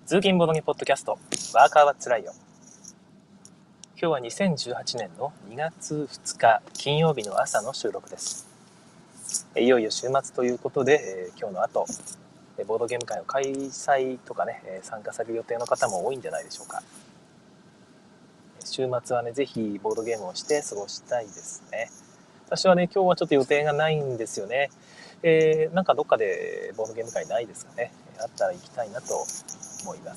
通勤ボドゲポッドキャスト、ワーカーはつらいよ。今日は2018年の2月2日金曜日の朝の収録です。いよいよ週末ということで、今日の後ボードゲーム会の開催とかね、参加される予定の方も多いんじゃないでしょうか。週末はね、ぜひボードゲームをして過ごしたいですね。私はね、今日はちょっと予定がないんですよね。なんかどっかでボードゲーム会ないですかね。あったら行きたいなと思います。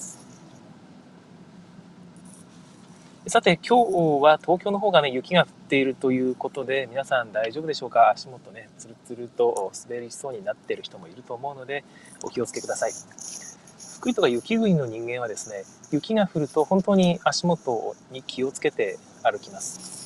さて、今日は東京の方がね、雪が降っているということで、皆さん大丈夫でしょうか。足元ね、つるつると滑りそうになっている人もいると思うので、お気をつけください。福井とか雪国の人間はですね、雪が降ると本当に足元に気をつけて歩きます。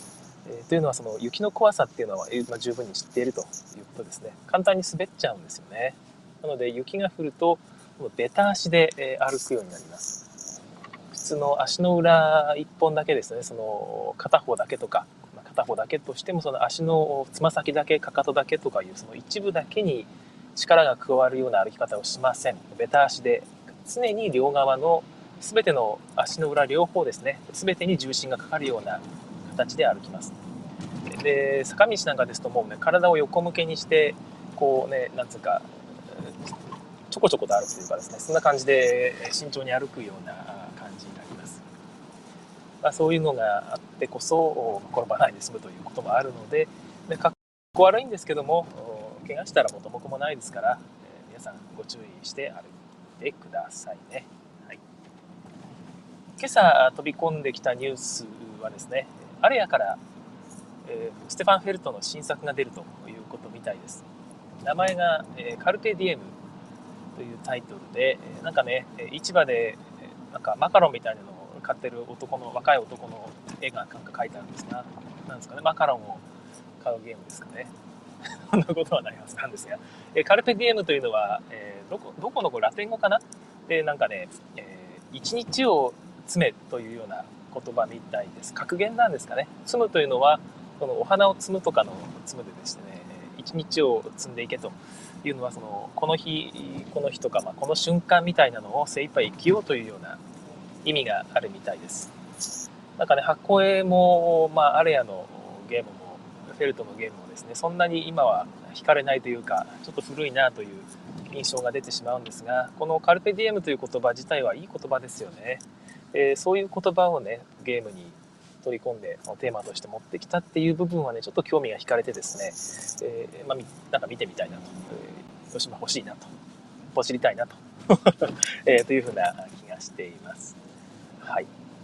というのは、その雪の怖さっていうのは、十分に知っているということですね。簡単に滑っちゃうんですよね。なので、雪が降ると、ベタ足で歩くようになります。普通の足の裏一本だけですね、その片方だけとか、片方だけとしても、その足のつま先だけ、かかとだけとかいうその一部だけに力が加わるような歩き方をしません。ベタ足で常に両側の全ての足の裏両方ですね、全てに重心がかかるような形で歩きます。で、坂道なんかですともうね、体を横向けにしてこうね、なんつうかちょこちょこと歩くというかですね、そんな感じで慎重に歩くような感じになります。そういうのがあってこそ転ばないで済むということもあるので、かっこ悪いんですけども、怪我したら元も子もないですから、皆さんご注意して歩いてくださいね。はい、今朝飛び込んできたニュースはですね、アレアから、ステファン・フェルトの新作が出るということみたいです。名前が、カルペディエムというタイトルで、なんかね、市場でなんかマカロンみたいなのを買ってる若い男の絵がなんか描いてあるんですが、なんですかね、マカロンを買うゲームですかね。そんなことはないはずなんですが、カルペディエムというのは、どこのラテン語かなで、なんかね、一日を詰めというような言葉みたいです。格言なんですかね。積むというのは、このお花を摘むとかの摘むででしてね、一日を積んでいけというのは、そのこの日この日とか、この瞬間みたいなのを精一杯生きようというような意味があるみたいです。なんかね、箱絵も、アレアのゲームもフェルトのゲームもですね、そんなに今は惹かれないというか、ちょっと古いなという印象が出てしまうんですが、このカルペディエムという言葉自体はいい言葉ですよね。そういう言葉をね、ゲームに取り込んでテーマとして持ってきたっていう部分はね、ちょっと興味が惹かれてですね、なんか見てみたいなと、どうしても欲しいなと、ポチりたいなとというふうな気がしています。はい。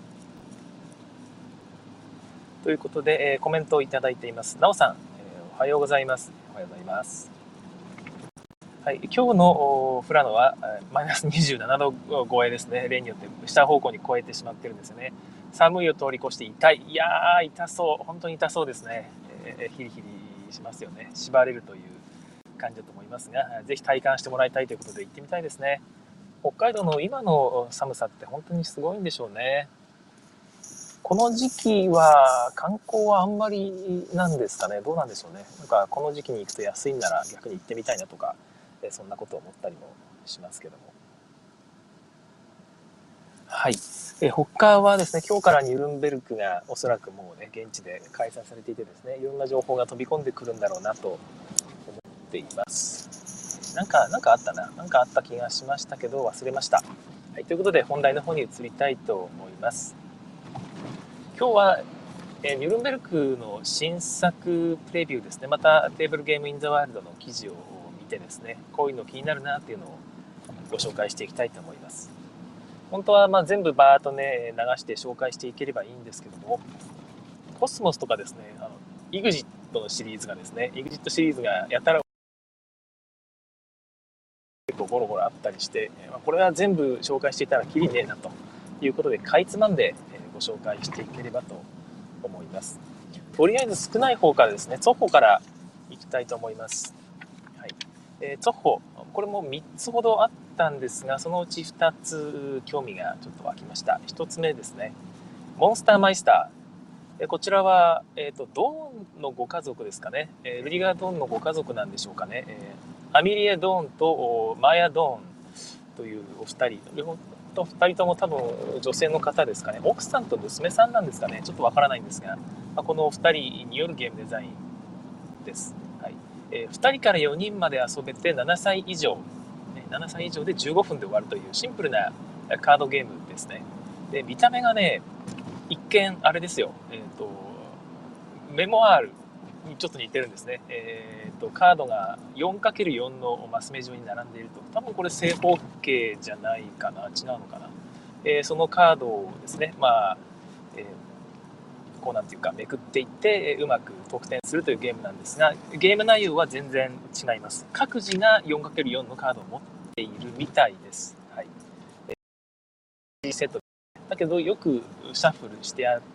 ということで、コメントをいただいています。なおさん、おはようございます。おはようございます。はい、今日の富良野はマイナス27度超えですね。例によって下方向に超えてしまってるんですよね。寒いを通り越して痛い。いやー、痛そう。本当に痛そうですね。ヒリヒリしますよね。縛れるという感じだと思いますが、ぜひ体感してもらいたいということで行ってみたいですね。北海道の今の寒さって本当にすごいんでしょうね。この時期は観光はあんまりなんですかね。どうなんでしょうね。なんかこの時期に行くと安いんなら逆に行ってみたいなとか、そんなことを思ったりもしますけども。はい。他はですね、今日からニュルンベルクがおそらくもうね、現地で開催されていてですね、いろんな情報が飛び込んでくるんだろうなと思っています。なんかあったな。なんかあった気がしましたけど忘れました。はい。ということで本題の方に移りたいと思います。今日はニュルンベルクの新作プレビューですね。またテーブルゲームインザワールドの記事を見てですね、こういうの気になるなっていうのをご紹介していきたいと思います。本当は全部バーッとね流して紹介していければいいんですけども、コスモスとかですね、イグジットのシリーズがですね、イグジットシリーズがやたら結構ゴロゴロあったりして、これは全部紹介していたらきりねえなということで、かいつまんでご紹介していければと思います。とりあえず少ない方からですね、ツォッホからいきたいと思います。はい。ツォッホ、これも3つほどあったんですが、そのうち2つ興味がちょっと湧きました。1つ目ですね、モンスターマイスター。こちらは、ドーンのご家族ですかね。ルディガー・ドーンのご家族なんでしょうかね。アミリエ・ドーンとマーヤ・ドーンというお二人。 2人とも多分女性の方ですかね。奥さんと娘さんなんですかね。ちょっとわからないんですが、この2人によるゲームデザインです。はい。2人から4人まで遊べて7歳以上、7歳以上で15分で終わるというシンプルなカードゲームですね。で、見た目がね、一見あれですよ。メモアールにちょっと似てるんですね。カードが 4×4 のマス目状に並んでいると。多分これ正方形じゃないかな。違うのかな。そのカードをですね、こうなんていうかめくっていってうまく得点するというゲームなんですが、ゲーム内容は全然違います。各自が 4×4 のカードを持っているみたいです。はい。セットだけどよくシャッフルしてあって、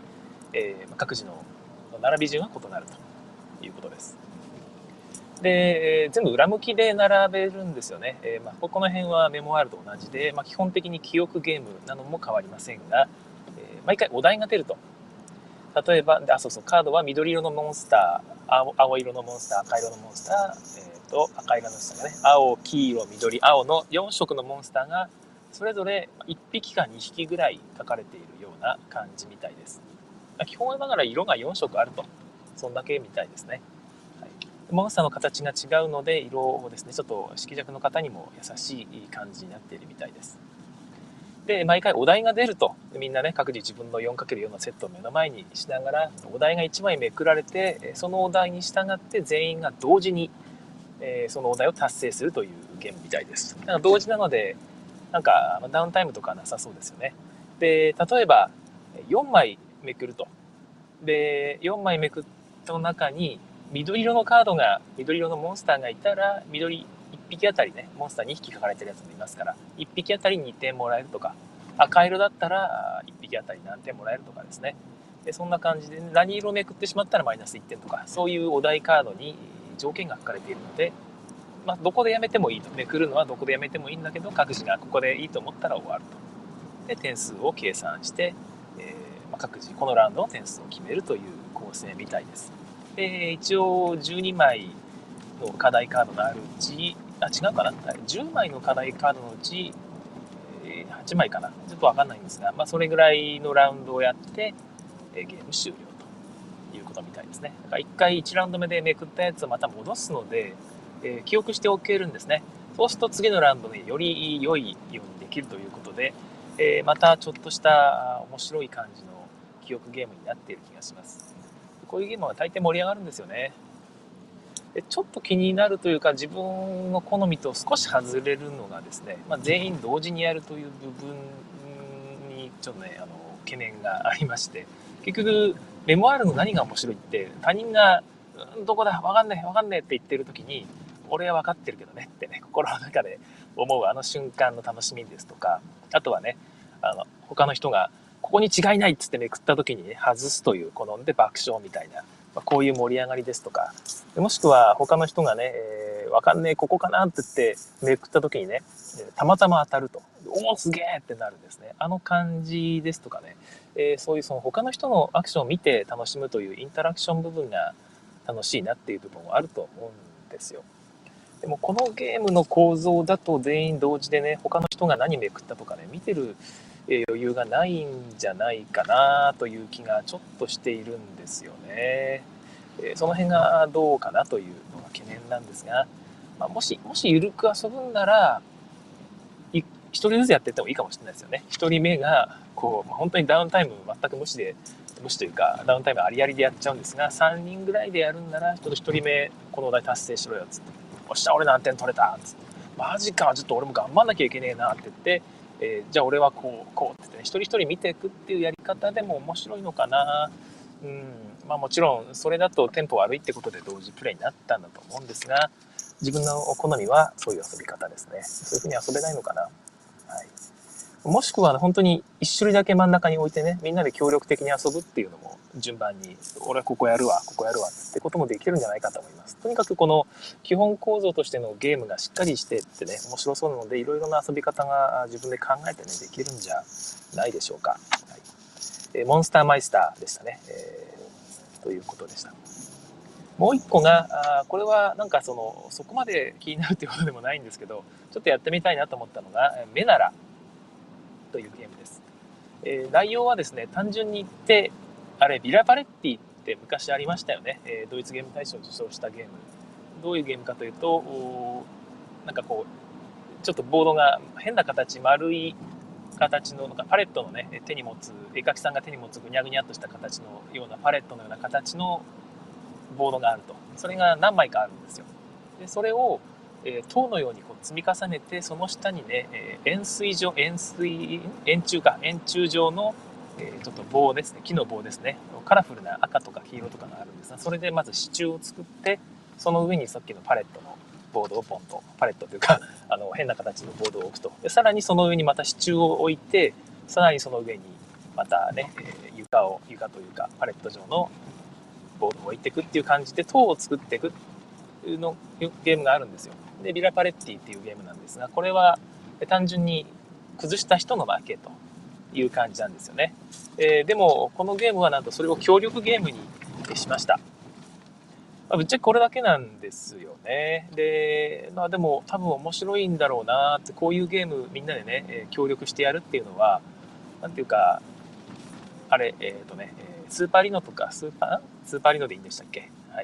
各自の並び順は異なるということです。で、全部裏向きで並べるんですよね。この辺はメモアールと同じで、基本的に記憶ゲームなのも変わりませんが、毎回お題が出ると。例えば、カードは緑色のモンスター、青色のモンスター、赤色のモンスター、赤色のモンスターがね、青、黄色、緑、青の4色のモンスターが、それぞれ1匹か2匹ぐらい書かれているような感じみたいです。基本はだから色が4色あると。そんだけみたいですね。はい、モンスターの形が違うので、色をですね、ちょっと色弱の方にも優しい感じになっているみたいです。で、毎回お題が出ると、みんなね、各自自分の 4×4 のセットを目の前にしながら、お題が1枚めくられて、そのお題に従って全員が同時に、そのお題を達成するというゲームみたいです。だから同時なので、なんかダウンタイムとかなさそうですよね。で、例えば4枚めくると。で、4枚めくった中に緑色のカードが、緑色のモンスターがいたら、1匹あたりね、モンスター2匹書かれてるやつもいますから、1匹あたり2点もらえるとか、赤色だったら1匹あたり何点もらえるとかですね。で、そんな感じで、何色めくってしまったらマイナス1点とか、そういうお題カードに条件が書かれているので、どこでやめてもいいと。めくるのはどこでやめてもいいんだけど、各自がここでいいと思ったら終わると。で、点数を計算して、各自このラウンドの点数を決めるという構成みたいです。で、一応12枚の課題カードがあるうち、違うかな、10枚の課題カードのうち8枚かな、ちょっと分かんないんですが、それぐらいのラウンドをやってゲーム終了ということみたいですね。だから1回1ラウンド目でめくったやつをまた戻すので、記憶しておけるんですね。そうすると次のラウンドでより良いようにできるということで、またちょっとした面白い感じの記憶ゲームになっている気がします。こういうゲームは大抵盛り上がるんですよね。でちょっと気になるというか、自分の好みと少し外れるのがですね、全員同時にやるという部分にちょっとね、懸念がありまして、結局メモアールの何が面白いって、他人がどこだわかんねえわかんねえって言ってる時に、俺は分かってるけどねってね、心の中で思うあの瞬間の楽しみですとか、あとはね、他の人がここに違いないっつってめくった時にね、外すというこので爆笑みたいな、こういう盛り上がりですとか、もしくは他の人がね、わかんねえここかなって言ってめくった時にね、たまたま当たると、おおすげえってなるんですね。あの感じですとかね、そういうその他の人のアクションを見て楽しむというインタラクション部分が楽しいなっていう部分はあると思うんですよ。でもこのゲームの構造だと全員同時でね、他の人が何めくったとかね、見てる余裕がないんじゃないかなという気がちょっとしているんですよね。その辺がどうかなというのが懸念なんですが、もし緩く遊ぶんなら、一人ずつやっていってもいいかもしれないですよね。一人目がこう、本当にダウンタイム全く無視というか、ダウンタイムありありでやっちゃうんですが、3人ぐらいでやるんなら、ちょっと一人目このお題達成しろよっつって、おっしゃ俺何点取れたっつって、マジかちょっと俺も頑張んなきゃいけねえなって言って、じゃあ俺はこうって言って、ね、一人一人見ていくっていうやり方でも面白いのかな。もちろんそれだとテンポ悪いってことで同時プレイになったんだと思うんですが、自分の好みはそういう遊び方ですね。そういうふうに遊べないのかな。はい、もしくは本当に一種類だけ真ん中に置いてね、みんなで協力的に遊ぶっていうのも順番に、俺はここやるわってこともできるんじゃないかと思います。とにかくこの基本構造としてのゲームがしっかりしてってね、面白そうなので、いろいろな遊び方が自分で考えてね、できるんじゃないでしょうか。モンスターマイスターでしたね。ということでした。もう一個が、これはなんかそこまで気になるということでもないんですけど、ちょっとやってみたいなと思ったのが、メナラ。 というゲームです。内容はですね、単純に言って、あれ、ビラパレッティって昔ありましたよね。ドイツゲーム大賞を受賞したゲーム。どういうゲームかというと、なんかこう、ちょっとボードが変な形、丸い形の、なんかパレットのね、手に持つ、絵描きさんが手に持つぐにゃぐにゃっとした形のようなパレットのような形のボードがあると。それが何枚かあるんですよ。で、それを、塔のようにこう積み重ねて、その下にね、円錐円柱状の、ちょっと棒ですね、木の棒ですね、カラフルな赤とか黄色とかがあるんですが、それでまず支柱を作って、その上にさっきのパレットのボードをポンと、パレットというか変な形のボードを置くと。でさらにその上にまた支柱を置いて、さらにその上にまたね、床というかパレット状のボードを置いていくっていう感じで塔を作っていくのゲームがあるんですよ。でビラパレッティっていうゲームなんですが、これは単純に崩した人の負けという感じなんですよね。でもこのゲームはなんとそれを協力ゲームにしました。ぶっちゃけこれだけなんですよね。で、でも多分面白いんだろうなって、こういうゲームみんなでね、協力してやるっていうのは、なんていうか、あれ、スーパーリノとか、スーパーリノでいいんでしたっけ？はい。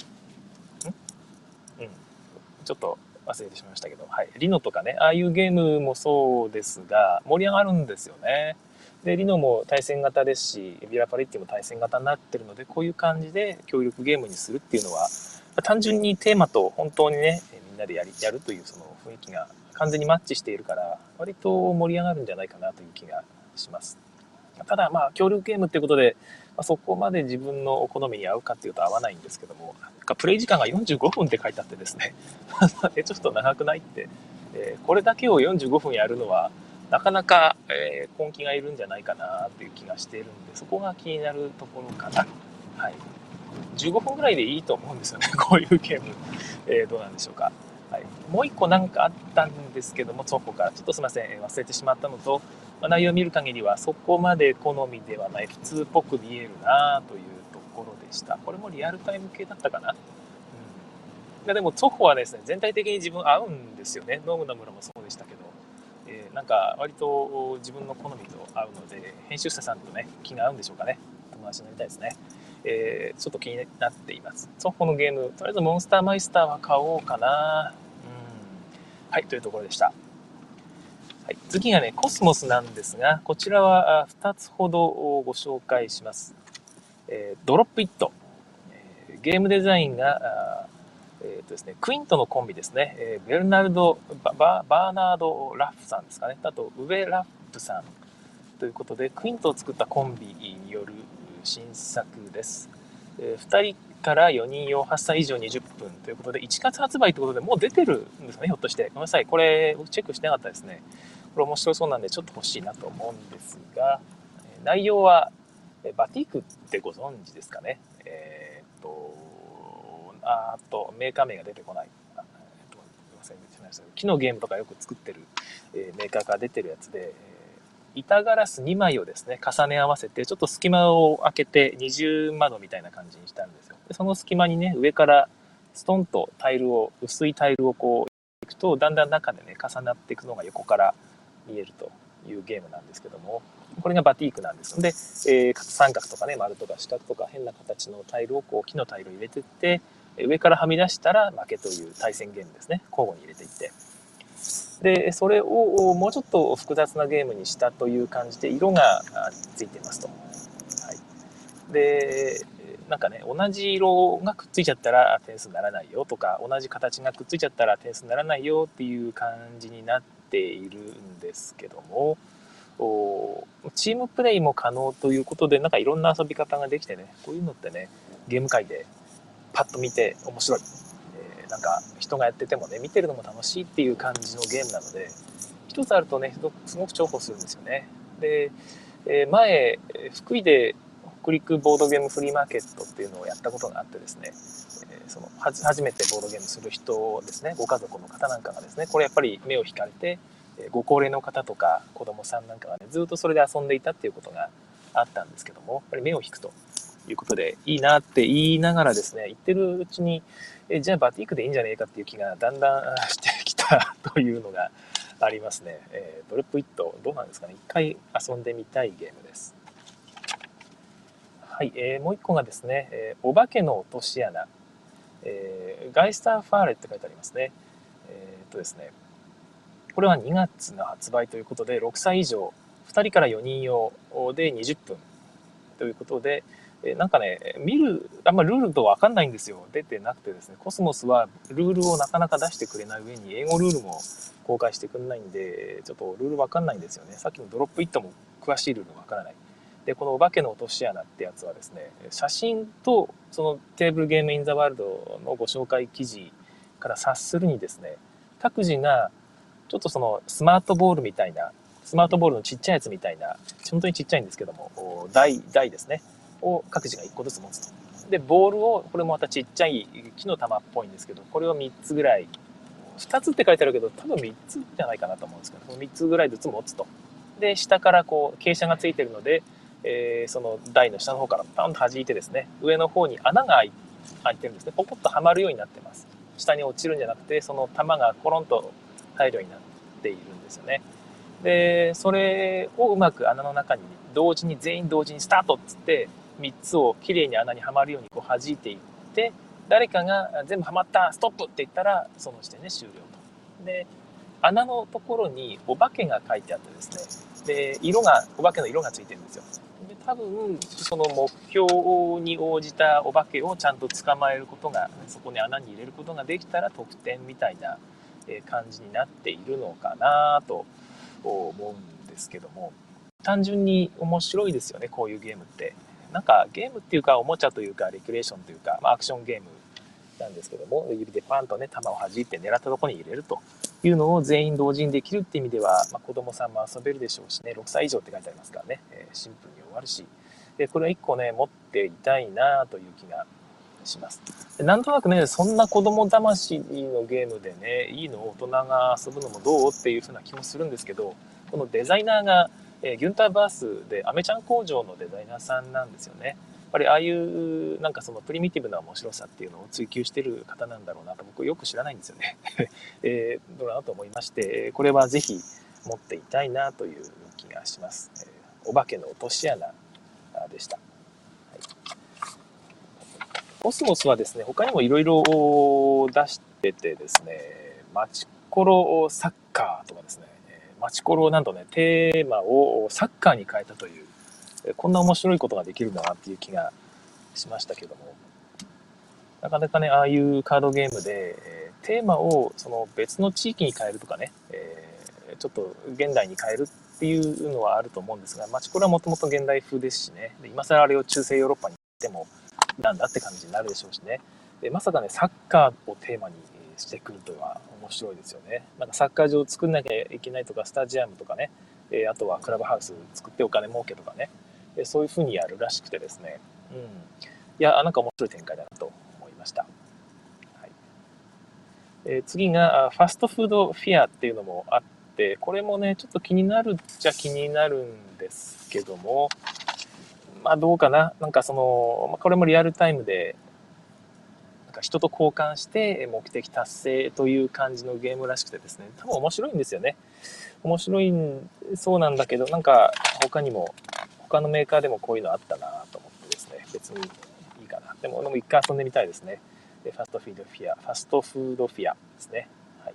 うん。ちょっと忘れてしまいましたけど、はい。リノとかね、ああいうゲームもそうですが、盛り上がるんですよね。で、リノも対戦型ですし、ビラパレッティも対戦型になってるので、こういう感じで協力ゲームにするっていうのは、単純にテーマと本当にね、みんなでやるというその雰囲気が完全にマッチしているから、割と盛り上がるんじゃないかなという気がします。ただ協力ゲームっていうことで、そこまで自分の好みに合うかっていうと合わないんですけども、プレイ時間が45分って書いてあってですねちょっと長くないって、これだけを45分やるのはなかなか、根気がいるんじゃないかなっていう気がしているんで、そこが気になるところかな。はい、15分ぐらいでいいと思うんですよねこういうゲーム、どうなんでしょうか。はい、もう一個なんかあったんですけども、そこからちょっとすみません、忘れてしまったのと、内容を見る限りはそこまで好みではない、普通っぽく見えるなというところでした。これもリアルタイム系だったかな。でもツォッホはですね、全体的に自分合うんですよね。ノムナムラもそうでしたけど、なんか割と自分の好みと合うので、編集者さんとね気が合うんでしょうかね。友達になりたいですね。ちょっと気になっています。ツォッホのゲーム、とりあえずモンスターマイスターは買おうかな。はい、というところでした。はい、次がね、コスモスなんですが、こちらは2つほどご紹介します。ドロップイット。ゲームデザインが、ですね、クイントのコンビですね。ベルナルド・バーナード・ラッフさんですかね。あと、ウベ・ラップさんということで、クイントを作ったコンビによる新作です。2人から4人用8歳以上20分ということで、1月発売ということで、もう出てるんですかね、ひょっとして。ごめんなさい、これ、チェックしてなかったですね。これ面白そうなんで、ちょっと欲しいなと思うんですが、内容は、バティークってご存知ですかね。あと、メーカー名が出てこない。木のゲームとかよく作ってる、メーカーから出てるやつで、板ガラス2枚をですね、重ね合わせて、ちょっと隙間を開けて二重窓みたいな感じにしたんですよ。でその隙間にね、上からストンと薄いタイルをこういくと、だんだん中でね、重なっていくのが横から見えるというゲームなんですけども、これがバティークなんです。で、三角とかね、丸とか四角とか変な形のタイルをこう木のタイルを入れていって、上からはみ出したら負けという対戦ゲームですね。交互に入れていって。で、それをもうちょっと複雑なゲームにしたという感じで、色がついてますと。はい、で、なんかね、同じ色がくっついちゃったら点数にならないよとか、同じ形がくっついちゃったら点数にならないよっていう感じになっているんですけども、チームプレイも可能ということで、なんかいろんな遊び方ができてね、こういうのってね、ゲーム界でパッと見て面白い。なんか人がやっててもね、見てるのも楽しいっていう感じのゲームなので、一つあるとね、すごく重宝するんですよね。で、前、福井で北陸ボードゲームフリーマーケットっていうのをやったことがあってですね、初めてボードゲームする人ですね、ご家族の方なんかがですね、これやっぱり目を引かれて、ご高齢の方とか子供さんなんかがね、ずっとそれで遊んでいたっていうことがあったんですけども、やっぱり目を引くということで、いいなって言いながらですね、言ってるうちに、じゃあバティークでいいんじゃねえかっていう気がだんだんしてきたというのがありますね。ドロップイット、どうなんですかね。一回遊んでみたいゲームです。はい、もう一個がですね、お化けの落とし穴、ガイスター・ファーレって書いてありますね。ですね、これは2月の発売ということで、6歳以上、2人から4人用で20分ということで、なんかね、あんまルールと分かんないんですよ。出てなくてですね、コスモスはルールをなかなか出してくれない上に、英語ルールも公開してくれないんで、ちょっとルール分かんないんですよね。さっきのドロップイットも詳しいルール分からない。で、このお化けの落とし穴ってやつはですね、写真とそのテーブルゲームインザワールドのご紹介記事から察するにですね、各自がちょっとそのスマートボールみたいな、スマートボールのちっちゃいやつみたいな、本当にちっちゃいんですけども、台ですね、を各自が1個ずつ持つと。で、ボールを、これもまたちっちゃい木の玉っぽいんですけど、これを3つぐらい、2つって書いてあるけど、多分3つじゃないかなと思うんですけど、3つぐらいずつ持つと。で、下からこう、傾斜がついてるので、その台の下の方からパンと弾いてですね、上の方に穴が開いてるんですね。ポコッとはまるようになってます。下に落ちるんじゃなくて、その玉がコロンと入るようになっているんですよね。で、それをうまく穴の中に全員同時にスタートっつって3つをきれいに穴にはまるようにこう弾いていって、誰かが全部はまったストップって言ったらその時点で終了と。で、穴のところにお化けが書いてあってですね、でお化けの色がついてるんですよ。で、多分その目標に応じたお化けをちゃんと捕まえることが、そこに穴に入れることができたら得点みたいな感じになっているのかなと思うんですけども、単純に面白いですよね、こういうゲームって。なんかゲームっていうかおもちゃというかレクリエーションというか、アクションゲームなんですけども、指でパンとね球を弾いて狙ったところに入れるというのを全員同時にできるっていう意味では、子供さんも遊べるでしょうしね、6歳以上って書いてありますからね、シンプルに終わるし、でこれは1個ね持っていたいなという気がします。なんとなくね、そんな子供騙しのゲームでね、いいの大人が遊ぶのもどうっていう風な気もするんですけど、このデザイナーが、ギュンターバースでアメちゃん工場のデザイナーさんなんですよね。やっぱりああいうなんかそのプリミティブな面白さっていうのを追求してる方なんだろうなと僕よく知らないんですよね。どうだなと思いまして、これはぜひ持っていたいなという気がします。お化けの落とし穴でした。コスモスはですね、他にもいろいろ出しててですね、マチコロサッカーとかですね、マチコロなんとね、テーマをサッカーに変えたという、こんな面白いことができるんだなっていう気がしましたけども、なかなかね、ああいうカードゲームで、テーマをその別の地域に変えるとかね、ちょっと現代に変えるっていうのはあると思うんですが、マチコロはもともと現代風ですしね、で今更あれを中世ヨーロッパに行っても、なんだって感じになるでしょうしね。でまさかね、サッカーをテーマにしてくるとは面白いですよね。なんかサッカー場を作んなきゃいけないとか、スタジアムとかね、あとはクラブハウス作ってお金儲けとかね、そういう風にやるらしくてですね、いや、なんか面白い展開だなと思いました。はい。次がファストフードフィアっていうのもあって、これもね、ちょっと気になるっちゃ気になるんですけども、どうかな。なんかその、これもリアルタイムで、なんか人と交換して目的達成という感じのゲームらしくてですね、多分面白いんですよね。面白いそうなんだけど、なんか他のメーカーでもこういうのあったなと思ってですね、別にいいかな。でも一回遊んでみたいですね。ファストフードフィアですね。はい。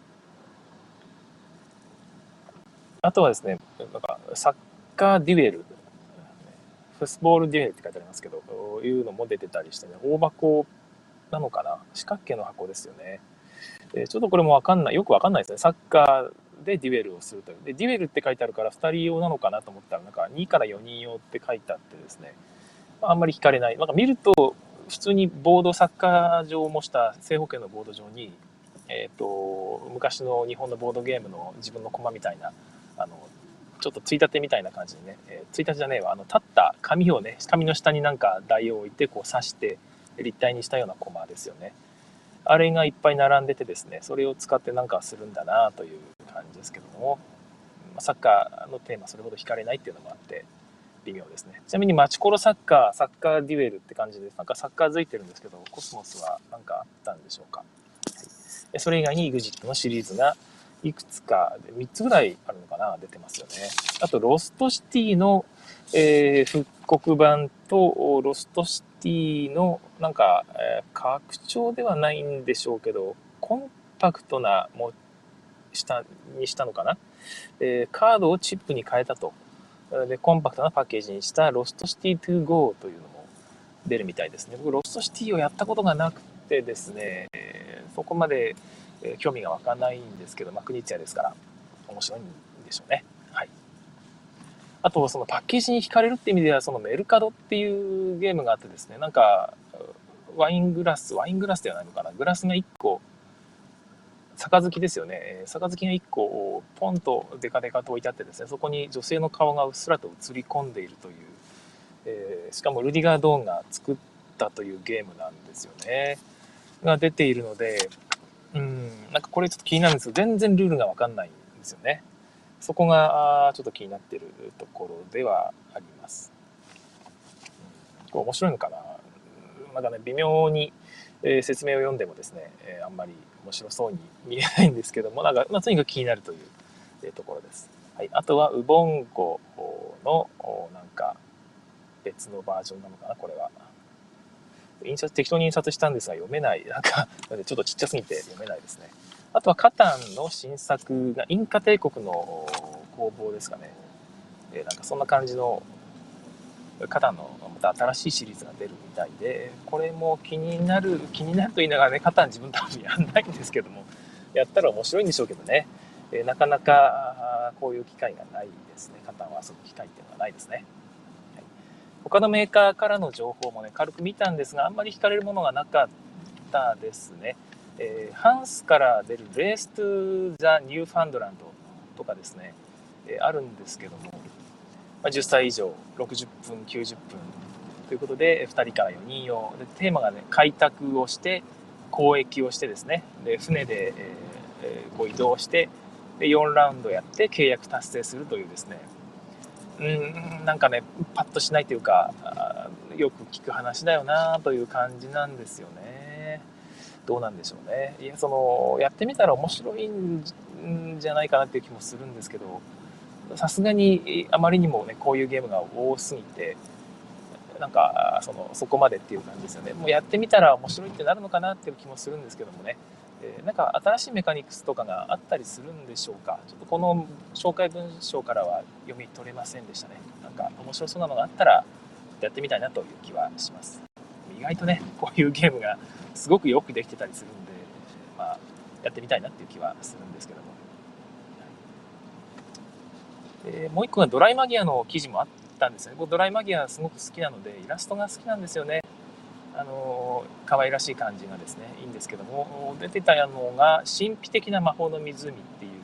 あとはですね、なんかサッカーデュエル、フッスボールデュエルって書いてありますけど、こういうのも出てたりしてね、大箱なのかな、四角形の箱ですよね。ちょっとこれもよくわかんないですね。サッカーでデュエルをするという。で、デュエルって書いてあるから2人用なのかなと思ったら、なんか2から4人用って書いてあってですね、あんまり惹かれない。なんか見ると、普通にサッカー場を模した正方形のボード上に、昔の日本のボードゲームの自分のコマみたいな、ちょっとついたてみたいな感じでね、ついたてじゃねえわ、立った紙をね、紙の下になんか台を置いて、こう刺して、立体にしたようなコマですよね。あれがいっぱい並んでてですね、それを使ってなんかするんだなという感じですけども、サッカーのテーマそれほど惹かれないっていうのもあって微妙ですね。ちなみにマチコロサッカーデュエルって感じで、なんかサッカーづいてるんですけど、コスモスは何かあったんでしょうか。はい、それ以外に EXIT のシリーズがいくつか、3つぐらいあるのかな、出てますよね。あと、ロストシティの、復刻版と、ロストシティの、なんか、拡張ではないんでしょうけど、コンパクトなにしたのかな、カードをチップに変えたと。で、コンパクトなパッケージにしたロストシティ to go というのも出るみたいですね。僕、ロストシティをやったことがなくてですね、そこまで興味が湧かないんですけど、国津屋ですから面白いんでしょうね。はい。あと、そのパッケージに惹かれるって意味では、そのメルカドっていうゲームがあってですね、なんか、ワイングラスではないのかな、グラスが1個、杯ですよね。杯が1個、ポンとデカデカと置いてあってですね、そこに女性の顔がうっすらと映り込んでいるという、しかもルディガー・ドーンが作ったというゲームなんですよね。が出ているので、なんかこれちょっと気になるんですけど、全然ルールがわかんないんですよね。そこがちょっと気になっているところではあります。これ面白いのかな。なんかね、微妙に、説明を読んでもですね、あんまり面白そうに見えないんですけども、なんか、とにかく気になるという、ところです。はい、あとはウボンゴのなんか別のバージョンなのかな、これは。適当に印刷したんですが読めない。なんか、ちょっとちっちゃすぎて読めないですね。あとはカタンの新作がインカ帝国の工房ですかね。なんかそんな感じのカタンのまた新しいシリーズが出るみたいで、これも気になると言いながらね、カタン自分多分やんないんですけども、やったら面白いんでしょうけどね。なかなかこういう機会がないですね。カタンを遊ぶ機会っていうのはないですね。他のメーカーからの情報もね、軽く見たんですが、あんまり惹かれるものがなかったですね。ハンスから出るレーストゥザ・ニューファンドランドとかですね、あるんですけども、10歳以上、60分、90分ということで、2人から4人用。でテーマがね、開拓をして、交易をしてですね、で船で、こう移動して、で4ラウンドやって契約達成するというですね、なんかね、パッとしないというか、よく聞く話だよなという感じなんですよね。どうなんでしょうね。いや、やってみたら面白いんじゃないかなっていう気もするんですけど、さすがにあまりにもね、こういうゲームが多すぎて、なんかそこまでっていう感じですよね。もうやってみたら面白いってなるのかなっていう気もするんですけどもね。なんか新しいメカニクスとかがあったりするんでしょうか。ちょっとこの紹介文章からは読み取れませんでしたね。なんか面白そうなのがあったらやってみたいなという気はします。意外とね、こういうゲームがすごくよくできてたりするんで、やってみたいなっていう気はするんですけども。もう一個がドライマギアの記事もあったんですよね。ドライマギアすごく好きなので、イラストが好きなんですよね。可愛らしい感じがですね、いいんですけども、出てたのが神秘的な魔法の湖っていう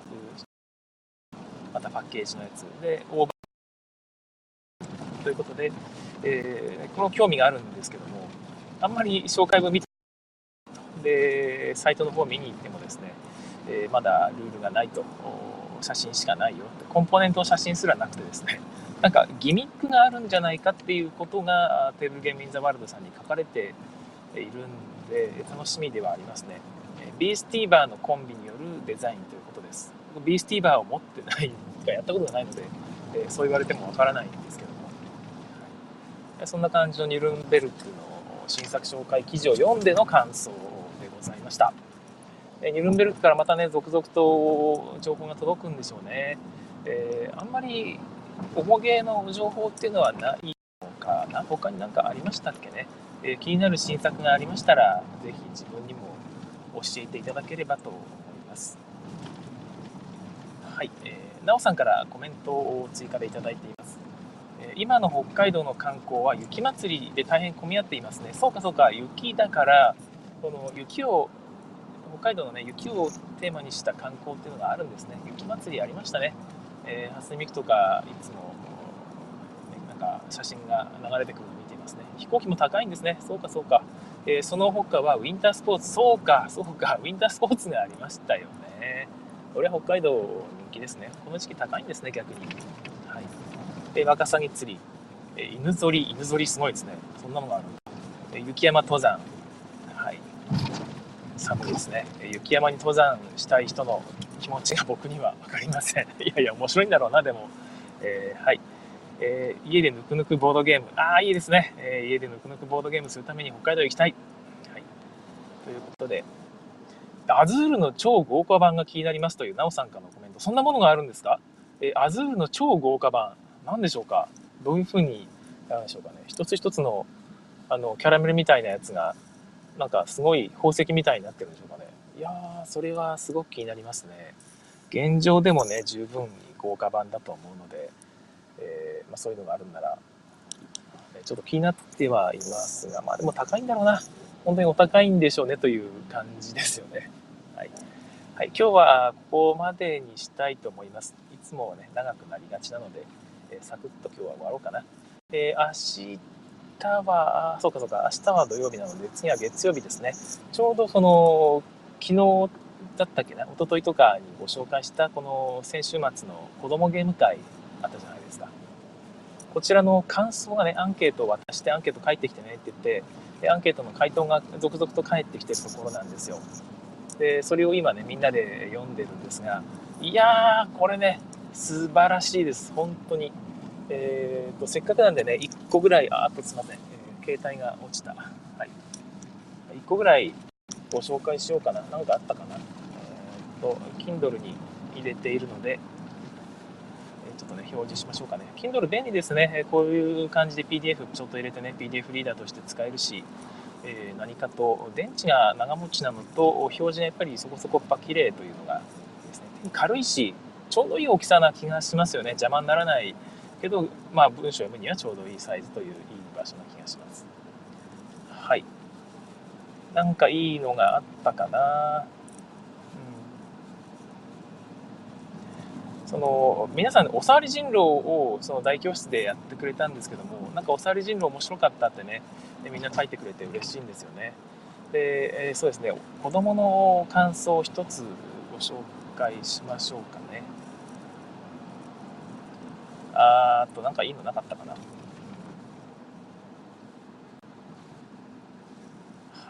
またパッケージのやつで、オーバーということで、この興味があるんですけども、あんまり紹介文見て、でサイトの方を見に行ってもですね、まだルールがないと、写真しかないよ、コンポーネントの写真すらなくてですね、なんかギミックがあるんじゃないかっていうことがテーブルゲームインザワールドさんに書かれているんで、楽しみではありますね。ビースティーバーのコンビによるデザインということです。ビースティーバーを持ってないかやったことがないので、そう言われてもわからないんですけども、そんな感じのニュルンベルクの新作紹介記事を読んでの感想でございました。ニュルンベルクからまたね、続々と情報が届くんでしょうね。あんまり重げの情報っていうのはないのかな。他に何かありましたっけね。気になる新作がありましたら、ぜひ自分にも教えていただければと思います。はい、なおさんからコメントを追加でいただいています。今の北海道の観光は雪まつりで大変混み合っていますね。そうかそうか、雪だから、この北海道のね、雪をテーマにした観光っていうのがあるんですね。雪まつりありましたね。初音ミクとかいつも、なんか写真が流れてくるのを見ていますね。飛行機も高いんですね。そうかそうか。その他はウィンタースポーツ、そうかそうか、ウィンタースポーツがありましたよね。これは北海道人気ですね。この時期高いんですね、逆に。はい。ワカサギ釣り、犬ぞりすごいですね。そんなのがある。雪山登山、はい。寒いですね。雪山に登山したい人の気持ちが僕には分かりません。いやいや、面白いんだろうな、でも。はい。家でぬくぬくボードゲーム。いいですね。家でぬくぬくボードゲームするために北海道行きたい。はい。ということで、アズールの超豪華版が気になりますというなおさんからのコメント。そんなものがあるんですか？アズールの超豪華版。何でしょうか？どういう風に、なんでしょうかね。一つ一つの、キャラメルみたいなやつが、なんかすごい宝石みたいになってるんでしょうかね。いやー、それはすごく気になりますね。現状でもね、十分に豪華版だと思うので、そういうのがあるんなら、ちょっと気になってはいますが、でも高いんだろうな。本当にお高いんでしょうねという感じですよね。はい。はい、今日はここまでにしたいと思います。いつもはね、長くなりがちなので、サクッと今日は終わろうかな。明日は、そうか、明日は土曜日なので、次は月曜日ですね。ちょうど昨日だったっけな、一昨日とかにご紹介した、この先週末の子供ゲーム会あったじゃないですか。こちらの感想がね、アンケートを渡して、アンケート返ってきてねって言って、でアンケートの回答が続々と返ってきてるところなんですよ。で、それを今ね、みんなで読んでるんですが、いやー、これね、素晴らしいです、本当に。せっかくなんでね、1個ぐらい、すいません、携帯が落ちた。はい。1個ぐらいご紹介しようかな。なんかあったかな。Kindle に入れているので、ちょっとね、表示しましょうかね。Kindle 便利ですね。こういう感じで PDF ちょっと入れてね、PDF リーダーとして使えるし、何かと電池が長持ちなのと表示がやっぱりそこそこ綺麗というのがですね、軽いしちょうどいい大きさな気がしますよね。邪魔にならないけど、文章を読むにはちょうどいいサイズといういい場所な気がします。はい。なんかいいのがあったかな。その皆さんおさわり人狼をその大教室でやってくれたんですけども、なんかおさわり人狼面白かったってね、みんな書いてくれて嬉しいんですよね。で、そうですね、子供の感想を一つご紹介しましょうかね。なんかいいのなかったかな。はい。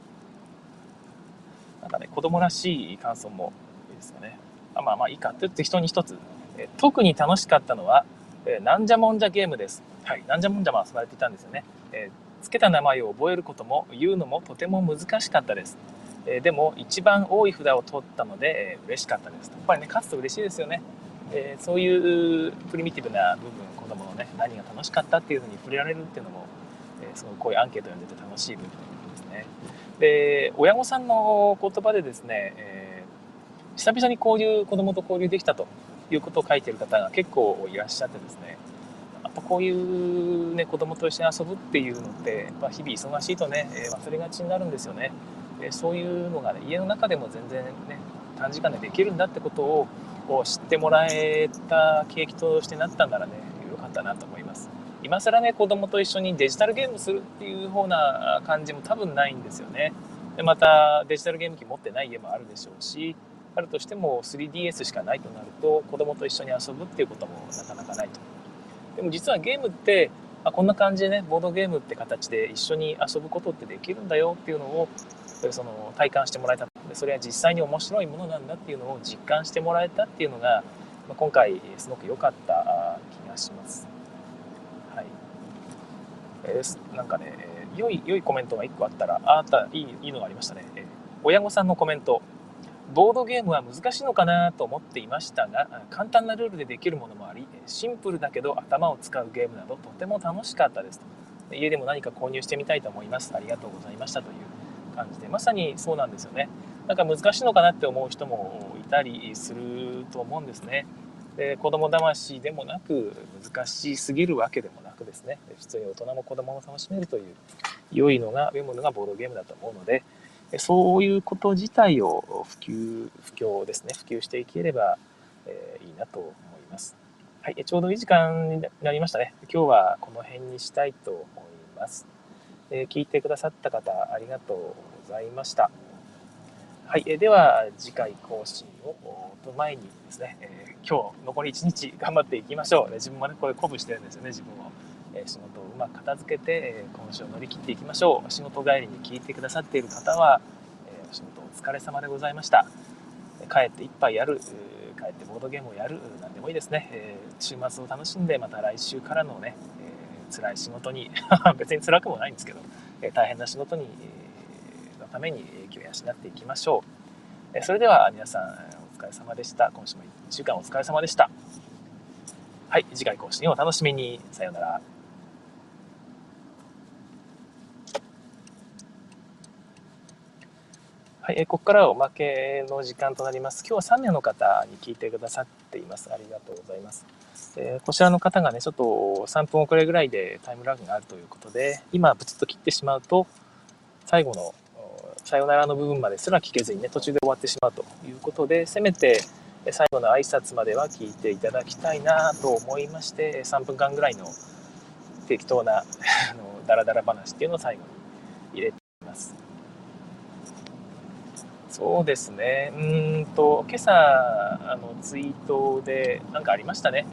なんかね、子供らしい感想もいいですよね。いいかって言って人に一つ。特に楽しかったのは、なんじゃもんじゃゲームです。はい。なんじゃもんじゃも遊ばれていたんですよね。つけた名前を覚えることも言うのもとても難しかったです。でも一番多い札を取ったので、嬉しかったです。やっぱりね、勝つと嬉しいですよね。そういうプリミティブな部分、子供のね、何が楽しかったっていうのに触れられるっていうのも、すごいこういうアンケート読んでて楽しい部分ですね。で、親御さんの言葉でですね、久々にこういう子供と交流できたということを書いている方が結構いらっしゃってですね、やっぱこういうね、子供と一緒に遊ぶっていうのって、日々忙しいとね、忘れがちになるんですよね。そういうのがね、家の中でも全然ね、短時間でできるんだってことを知ってもらえた契機としてなったんならね、よかったなと思います。今更ね、子供と一緒にデジタルゲームするっていう風な感じも多分ないんですよね。でまたデジタルゲーム機持ってない家もあるでしょうし、あるとしても 3DS しかないとなると子供と一緒に遊ぶっていうこともなかなかないと。でも実はゲームってこんな感じでね、ボードゲームって形で一緒に遊ぶことってできるんだよっていうのをその体感してもらえた。でそれは実際に面白いものなんだっていうのを実感してもらえたっていうのが今回すごく良かった気がします。はい。なんかね、良いコメントが1個あったら、いいのがありましたね。親御さんのコメント。ボードゲームは難しいのかなと思っていましたが、簡単なルールでできるものもあり、シンプルだけど頭を使うゲームなどとても楽しかったですと。家でも何か購入してみたいと思います。ありがとうございましたという感じで、まさにそうなんですよね。なんか難しいのかなって思う人もいたりすると思うんですね。で子供騙しでもなく難しすぎるわけでもなくですね、普通に大人も子供も楽しめるという良いのがボードゲームだと思うので、そういうこと自体を普及ですね、普及していければ、いいなと思います。はい、ちょうどいい時間になりましたね。今日はこの辺にしたいと思います。聞いてくださった方ありがとうございました。はい、では次回更新を前にですね、今日残り1日頑張っていきましょう。自分もね、これ鼓舞してるんですよね、自分を。仕事をうまく片付けて、今週を乗り切っていきましょう。仕事帰りに聞いてくださっている方は、お仕事お疲れ様でございました。 帰って一杯やる、帰ってボードゲームをやる、なんでもいいですね。週末を楽しんでまた来週からのね、辛い仕事に別に辛くもないんですけど、大変な仕事に、のために気を養っていきましょう。それでは皆さんお疲れ様でした。今週も1週間お疲れ様でした。はい、次回更新をお楽しみに。さようなら。はい、ここからはおまけの時間となります。今日は3名の方に聞いてくださっています。ありがとうございます。こちらの方がね、ちょっと3分遅れぐらいでタイムラグがあるということで、今ブツッと切ってしまうと、最後のさよならの部分まですら聞けずにね、途中で終わってしまうということで、せめて最後の挨拶までは聞いていただきたいなと思いまして、3分間ぐらいの適当なダラダラ話っていうのを最後に入れています。そうですね。今朝ツイートで何かありましたね。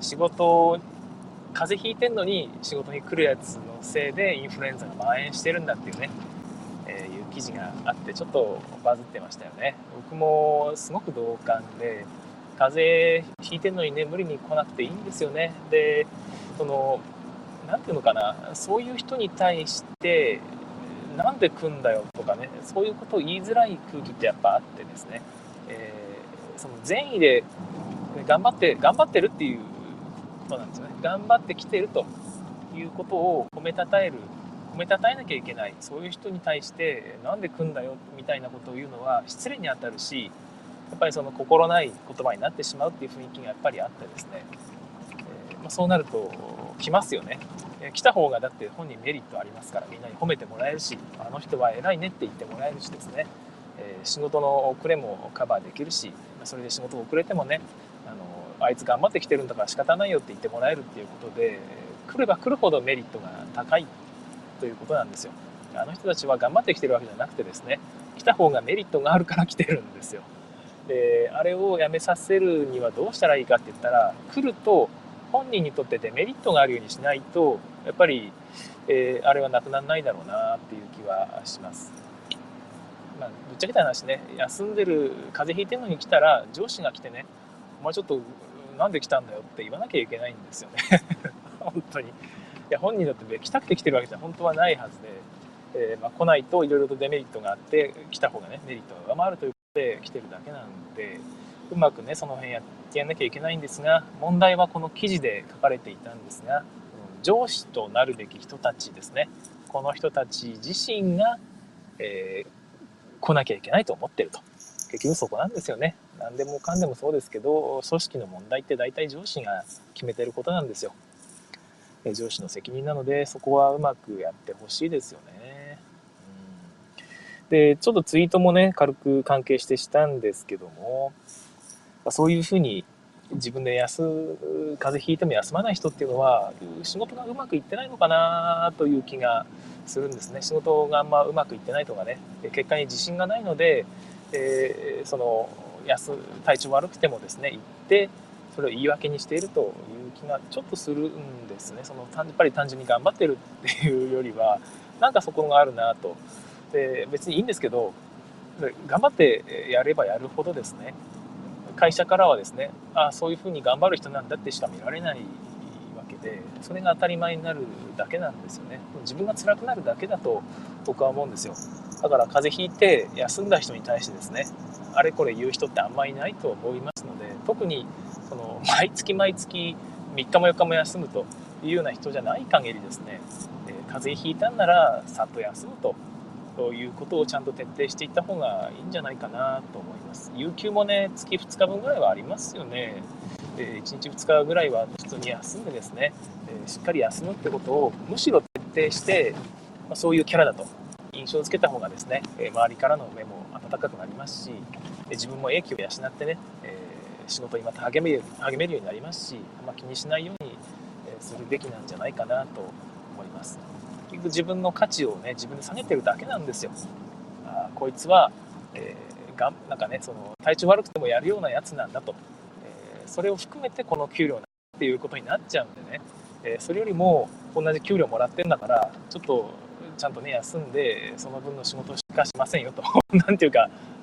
風邪ひいてんのに仕事に来るやつのせいでインフルエンザが蔓延してるんだっていうね、いう記事があってちょっとバズってましたよね。僕もすごく同感で、風邪ひいてんのにね無理に来なくていいんですよね。で、なんていうのかな、そういう人に対してなんで来んだよとかね、そういうことを言いづらい空気ってやっぱあってですね、その善意で頑張ってるっていうことなんですよね。頑張ってきてるということを褒めたたえなきゃいけない、そういう人に対してなんで来んだよみたいなことを言うのは失礼に当たるし、やっぱりその心ない言葉になってしまうっていう雰囲気がやっぱりあってですね、そうなると来ますよね。来た方がだって本人メリットありますから、みんなに褒めてもらえるし、あの人は偉いねって言ってもらえるしですね、仕事の遅れもカバーできるし、それで仕事遅れてもね、あいつ頑張ってきてるんだから仕方ないよって言ってもらえるっていうことで、来れば来るほどメリットが高いということなんですよ。あの人たちは頑張ってきてるわけじゃなくてですね、来た方がメリットがあるから来てるんですよ。で、あれをやめさせるにはどうしたらいいかって言ったら、来ると本人にとってデメリットがあるようにしないと、やっぱり、あれはなくならないだろうなっていう気はします。ぶっちゃけた話ね、休んでる風邪ひいてるのに来たら上司が来てね、お前ちょっとなんで来たんだよって言わなきゃいけないんですよね本当に。いや、本人だって来たくて来てるわけじゃ本当はないはずで、来ないといろいろとデメリットがあって、来た方がねメリットが上回るということで来てるだけなんで、うまくねその辺やってやんなきゃいけないんですが、問題はこの記事で書かれていたんですが、上司となるべき人たちですね、この人たち自身が、来なきゃいけないと思ってると。結局そこなんですよね。何でもかんでもそうですけど、組織の問題って大体上司が決めてることなんですよ。上司の責任なので、そこはうまくやってほしいですよね。で、ちょっとツイートもね軽く関係してしたんですけども、そういうふうに自分で風邪ひいても休まない人っていうのは仕事がうまくいってないのかなという気がするんですね。仕事があんまうまくいってないとかね、結果に自信がないので、その体調悪くてもですね行ってそれを言い訳にしているという気がちょっとするんですね。やっぱり単純に頑張ってるっていうよりはなんかそこがあるなと。で、別にいいんですけど、頑張ってやればやるほどですね、会社からはですね、そういうふうに頑張る人なんだってしか見られないわけで、それが当たり前になるだけなんですよね。自分が辛くなるだけだと僕は思うんですよ。だから風邪ひいて休んだ人に対してですね、あれこれ言う人ってあんまりいないと思いますので、特にその毎月毎月3日も4日も休むというような人じゃない限りですね、風邪ひいたんならさっと休むということをちゃんと徹底していった方がいいんじゃないかなと思います。有給もね月2日分ぐらいはありますよね。1日2日ぐらいは普通に休んでですね、しっかり休むってことをむしろ徹底して、そういうキャラだと印象づけた方がですね、周りからの目も温かくなりますし、自分も英気を養ってね、仕事にまた励めるようになりますし、気にしないようにするべきなんじゃないかなと思います。結局自分の価値をね自分で下げてるだけなんですよ。こいつは、なんかねその体調悪くてもやるようなやつなんだと、それを含めてこの給料っていうことになっちゃうんでね、それよりも同じ給料もらってんだからちょっとちゃんとね休んでその分の仕事しかしませんよとなんていうか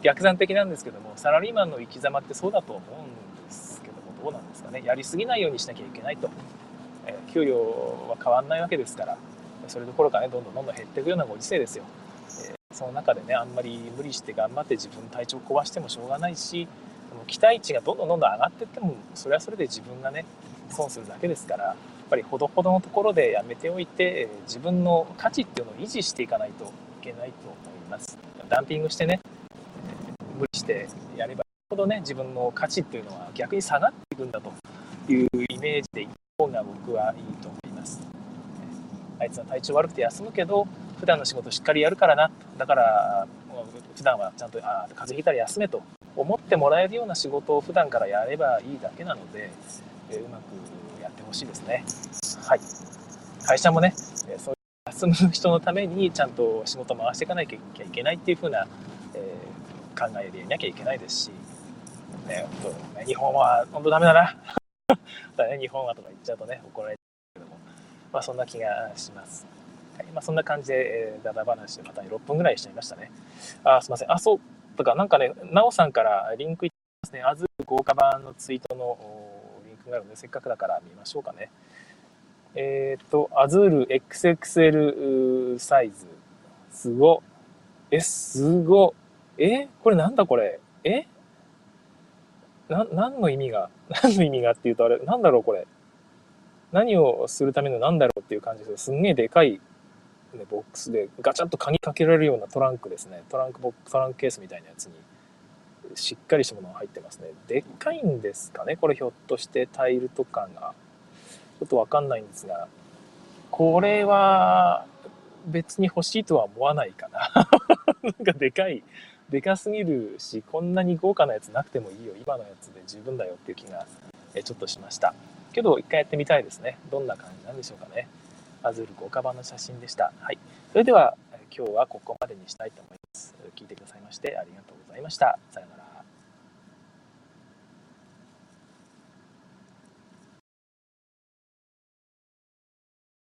逆算的なんですけども、サラリーマンの生き様ってそうだと思うんですけども、どうなんですかね。やりすぎないようにしなきゃいけないと。給料は変わんないわけですから、それどころかね、どんどん減っていくようなご時世ですよ。その中でね、あんまり無理して頑張って自分の体調壊してもしょうがないし、期待値がどんどん上がっていっても、それはそれで自分がね、損するだけですから、やっぱりほどほどのところでやめておいて、自分の価値っていうのを維持していかないといけないと思います。ダンピングしてね、無理してやればほどね、自分の価値っていうのは逆に下がっていくんだというイメージでいった方が僕はいいと思います。あいつは体調悪くて休むけど、普段の仕事しっかりやるからな、だから普段はちゃんと風邪ひいたら休めと思ってもらえるような仕事を普段からやればいいだけなので、うまくやってほしいですね。はい。会社もね、そういう休む人のためにちゃんと仕事を回していかなきゃいけないっていう風な、考えでいなきゃいけないですし、ね、本当ね、日本は本当ダメだな。だね、日本はとか言っちゃうとね、怒られるけども、そんな気がします。はい、そんな感じで、ダダ話でまた6分ぐらいしちゃいましたね。すいません。そうとか、なんかね、なおさんからリンクいってますね。アズール豪華版のツイートのリンクがあるので、せっかくだから見ましょうかね。アズール XXL サイズ。すご。すご。これなんだこれ。何の意味がっていうとあれ、なんだろうこれ。何をするためのなんだろうっていう感じです。すんげえでかい、ね、ボックスでガチャッと鍵かけられるようなトランクですね。トランクケースみたいなやつにしっかりしたものが入ってますね。でっかいんですかねこれ、ひょっとしてタイルとかがちょっとわかんないんですが、これは別に欲しいとは思わないかな。なんかでかすぎるし、こんなに豪華なやつなくてもいいよ、今のやつで十分だよっていう気がちょっとしましたけど、一回やってみたいですね。どんな感じなんでしょうかね。アズール豪華版の写真でした。はい、それでは今日はここまでにしたいと思います。聞いてくださいましてありがとうございました。さようなら。